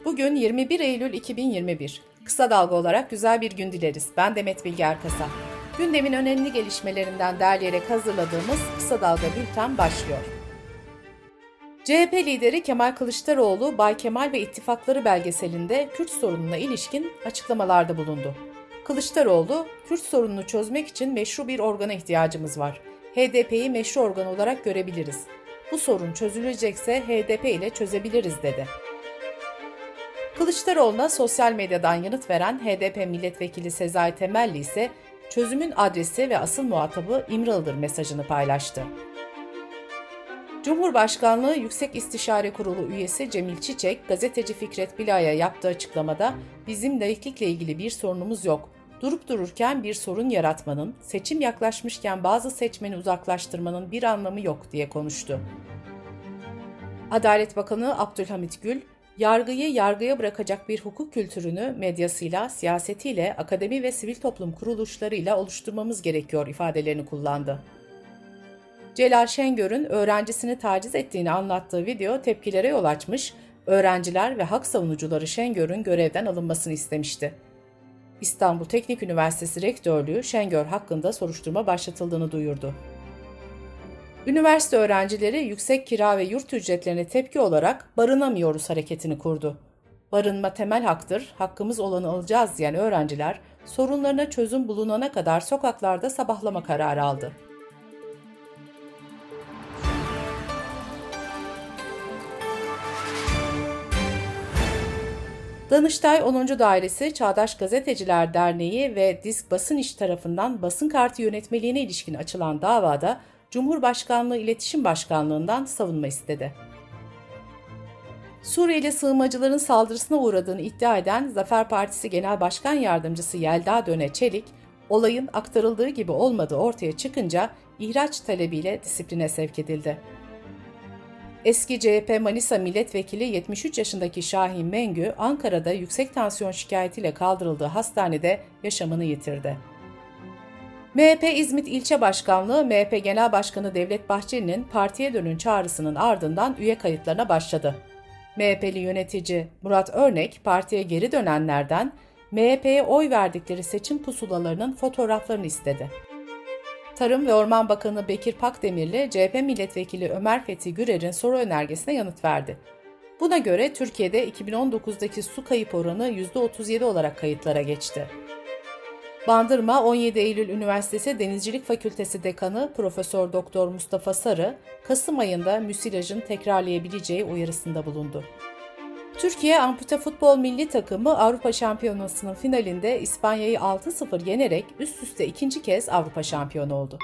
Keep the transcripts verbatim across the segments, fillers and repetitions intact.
Bugün yirmi bir Eylül iki bin yirmi bir. Kısa Dalga olarak güzel bir gün dileriz. Ben Demet Bilge Erkasap. Gündemin önemli gelişmelerinden derleyerek hazırladığımız Kısa Dalga Bülten başlıyor. C H P lideri Kemal Kılıçdaroğlu, Bay Kemal ve İttifakları belgeselinde Kürt sorununa ilişkin açıklamalarda bulundu. Kılıçdaroğlu, Kürt sorununu çözmek için meşru bir organa ihtiyacımız var. H D P'yi meşru organ olarak görebiliriz. Bu sorun çözülecekse H D P ile çözebiliriz dedi. Kılıçdaroğlu'na sosyal medyadan yanıt veren H D P milletvekili Sezai Temelli ise çözümün adresi ve asıl muhatabı İmralı'dır mesajını paylaştı. Cumhurbaşkanlığı Yüksek İstişare Kurulu üyesi Cemil Çiçek, gazeteci Fikret Bilay'a yaptığı açıklamada "Bizim laiklikle ilgili bir sorunumuz yok. Durup dururken bir sorun yaratmanın, seçim yaklaşmışken bazı seçmeni uzaklaştırmanın bir anlamı yok" diye konuştu. Adalet Bakanı Abdülhamit Gül, yargıyı yargıya bırakacak bir hukuk kültürünü medyasıyla, siyasetiyle, akademi ve sivil toplum kuruluşlarıyla oluşturmamız gerekiyor ifadelerini kullandı. Celal Şengör'ün öğrencisini taciz ettiğini anlattığı video tepkilere yol açmış, öğrenciler ve hak savunucuları Şengör'ün görevden alınmasını istemişti. İstanbul Teknik Üniversitesi Rektörlüğü Şengör hakkında soruşturma başlatıldığını duyurdu. Üniversite öğrencileri yüksek kira ve yurt ücretlerine tepki olarak "Barınamıyoruz" hareketini kurdu. "Barınma temel haktır, hakkımız olanı alacağız" diyen öğrenciler sorunlarına çözüm bulunana kadar sokaklarda sabahlama kararı aldı. Danıştay onuncu Dairesi Çağdaş Gazeteciler Derneği ve Disk Basın İş tarafından basın kartı yönetmeliğine ilişkin açılan davada Cumhurbaşkanlığı İletişim Başkanlığı'ndan savunma istedi. Suriyeli sığınmacıların saldırısına uğradığını iddia eden Zafer Partisi Genel Başkan Yardımcısı Yelda Döne Çelik, olayın aktarıldığı gibi olmadığı ortaya çıkınca ihraç talebiyle disipline sevk edildi. Eski C H P Manisa Milletvekili yetmiş üç yaşındaki Şahin Mengü, Ankara'da yüksek tansiyon şikayetiyle kaldırıldığı hastanede yaşamını yitirdi. M H P İzmit İlçe Başkanlığı, M H P Genel Başkanı Devlet Bahçeli'nin partiye dönün çağrısının ardından üye kayıtlarına başladı. M H P'li yönetici Murat Örnek, partiye geri dönenlerden M H P'ye oy verdikleri seçim pusulalarının fotoğraflarını istedi. Tarım ve Orman Bakanı Bekir Pakdemirli, C H P Milletvekili Ömer Fethi Gürer'in soru önergesine yanıt verdi. Buna göre Türkiye'de iki bin on dokuzdaki su kayıp oranı yüzde otuz yedi olarak kayıtlara geçti. Bandırma on yedi Eylül Üniversitesi Denizcilik Fakültesi Dekanı Profesör Doktor Mustafa Sarı, Kasım ayında müsilajın tekrarlayabileceği uyarısında bulundu. Türkiye Ampute Futbol Milli Takımı Avrupa Şampiyonası'nın finalinde İspanya'yı altı sıfır yenerek üst üste ikinci kez Avrupa şampiyonu oldu.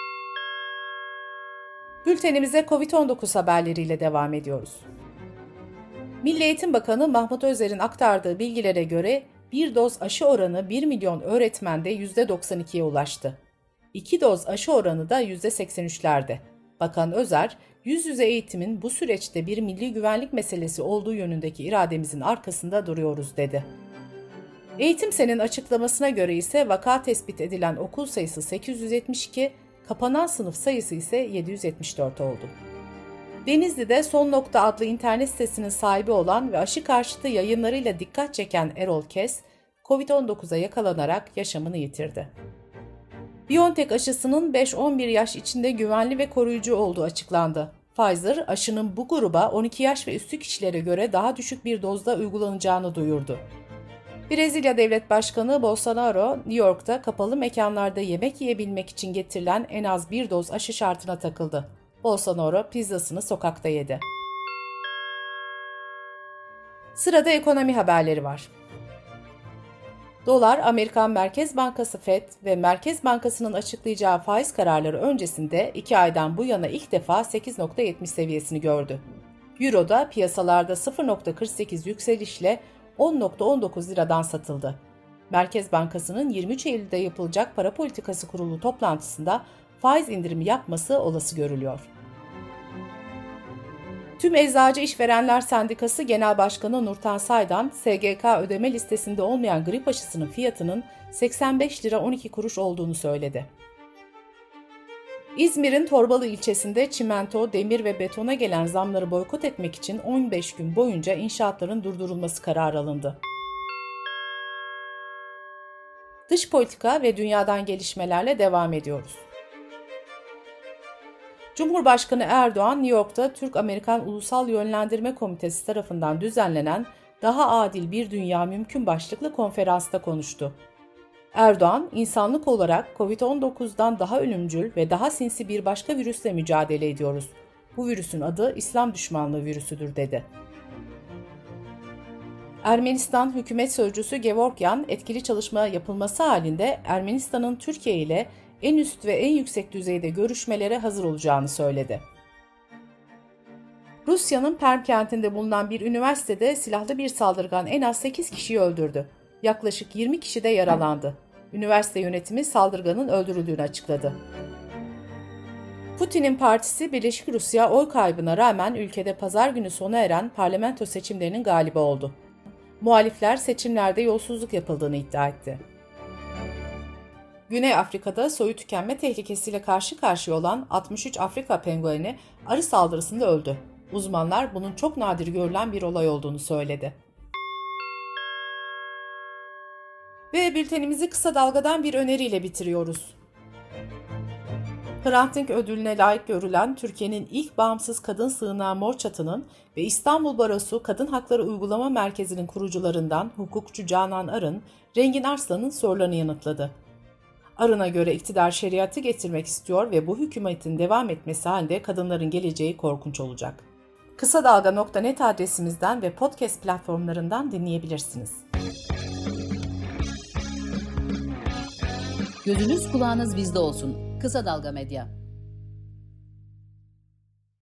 Bültenimize kovid on dokuz haberleriyle devam ediyoruz. Milli Eğitim Bakanı Mahmut Özer'in aktardığı bilgilere göre bir doz aşı oranı bir milyon öğretmende yüzde doksan ikiye ulaştı. İki doz aşı oranı da yüzde seksen üçlerde. Bakan Özer, yüz yüze eğitimin bu süreçte bir milli güvenlik meselesi olduğu yönündeki irademizin arkasında duruyoruz dedi. Eğitimsen'in açıklamasına göre ise vaka tespit edilen okul sayısı sekiz yüz yetmiş iki, kapanan sınıf sayısı ise yedi yüz yetmiş dört oldu. Denizli'de Son Nokta adlı internet sitesinin sahibi olan ve aşı karşıtı yayınlarıyla dikkat çeken Erol Kes, kovid on dokuza yakalanarak yaşamını yitirdi. BioNTech aşısının beş on bir yaş içinde güvenli ve koruyucu olduğu açıklandı. Pfizer, aşının bu gruba on iki yaş ve üstü kişilere göre daha düşük bir dozda uygulanacağını duyurdu. Brezilya Devlet Başkanı Bolsonaro, New York'ta kapalı mekanlarda yemek yiyebilmek için getirilen en az bir doz aşı şartına takıldı. Bolsonaro pizzasını sokakta yedi. Sırada ekonomi haberleri var. Dolar, Amerikan Merkez Bankası Fed ve Merkez Bankası'nın açıklayacağı faiz kararları öncesinde iki aydan bu yana ilk defa sekiz virgül yetmiş seviyesini gördü. Euro da piyasalarda sıfır virgül kırk sekiz yükselişle on virgül on dokuz liradan satıldı. Merkez Bankası'nın yirmi üç Eylül'de yapılacak Para Politikası Kurulu toplantısında faiz indirimi yapması olası görülüyor. Tüm Eczacı İşverenler Sendikası Genel Başkanı Nurten Saydan, S G K ödeme listesinde olmayan grip aşısının fiyatının seksen beş lira on iki kuruş olduğunu söyledi. İzmir'in Torbalı ilçesinde çimento, demir ve betona gelen zamları boykot etmek için on beş gün boyunca inşaatların durdurulması kararı alındı. Dış politika ve dünyadan gelişmelerle devam ediyoruz. Cumhurbaşkanı Erdoğan, New York'ta Türk-Amerikan Ulusal Yönlendirme Komitesi tarafından düzenlenen Daha Adil Bir Dünya Mümkün başlıklı konferansta konuştu. Erdoğan, insanlık olarak kovid on dokuzdan daha ölümcül ve daha sinsi bir başka virüsle mücadele ediyoruz. Bu virüsün adı İslam düşmanlığı virüsüdür dedi. Ermenistan hükümet sözcüsü Gevorkyan, etkili çalışma yapılması halinde Ermenistan'ın Türkiye ile en üst ve en yüksek düzeyde görüşmelere hazır olacağını söyledi. Rusya'nın Perm kentinde bulunan bir üniversitede silahlı bir saldırgan en az sekiz kişiyi öldürdü. Yaklaşık yirmi kişi de yaralandı. Üniversite yönetimi saldırganın öldürüldüğünü açıkladı. Putin'in partisi Birleşik Rusya oy kaybına rağmen ülkede pazar günü sona eren parlamento seçimlerinin galibi oldu. Muhalifler seçimlerde yolsuzluk yapıldığını iddia etti. Güney Afrika'da soyu tükenme tehlikesiyle karşı karşıya olan altmış üç Afrika pengueni arı saldırısında öldü. Uzmanlar bunun çok nadir görülen bir olay olduğunu söyledi. Ve bültenimizi kısa dalgadan bir öneriyle bitiriyoruz. Hrant Dink ödülüne layık görülen Türkiye'nin ilk bağımsız kadın sığınağı Mor Çatı'nın ve İstanbul Barosu Kadın Hakları Uygulama Merkezi'nin kurucularından hukukçu Canan Arın, Rengin Arslan'ın sorularını yanıtladı. Arın'a göre iktidar şeriatı getirmek istiyor ve bu hükümetin devam etmesi halinde kadınların geleceği korkunç olacak. kısa dalga nokta net adresimizden ve podcast platformlarından dinleyebilirsiniz. Gözünüz kulağınız bizde olsun. Kısa Dalga Medya.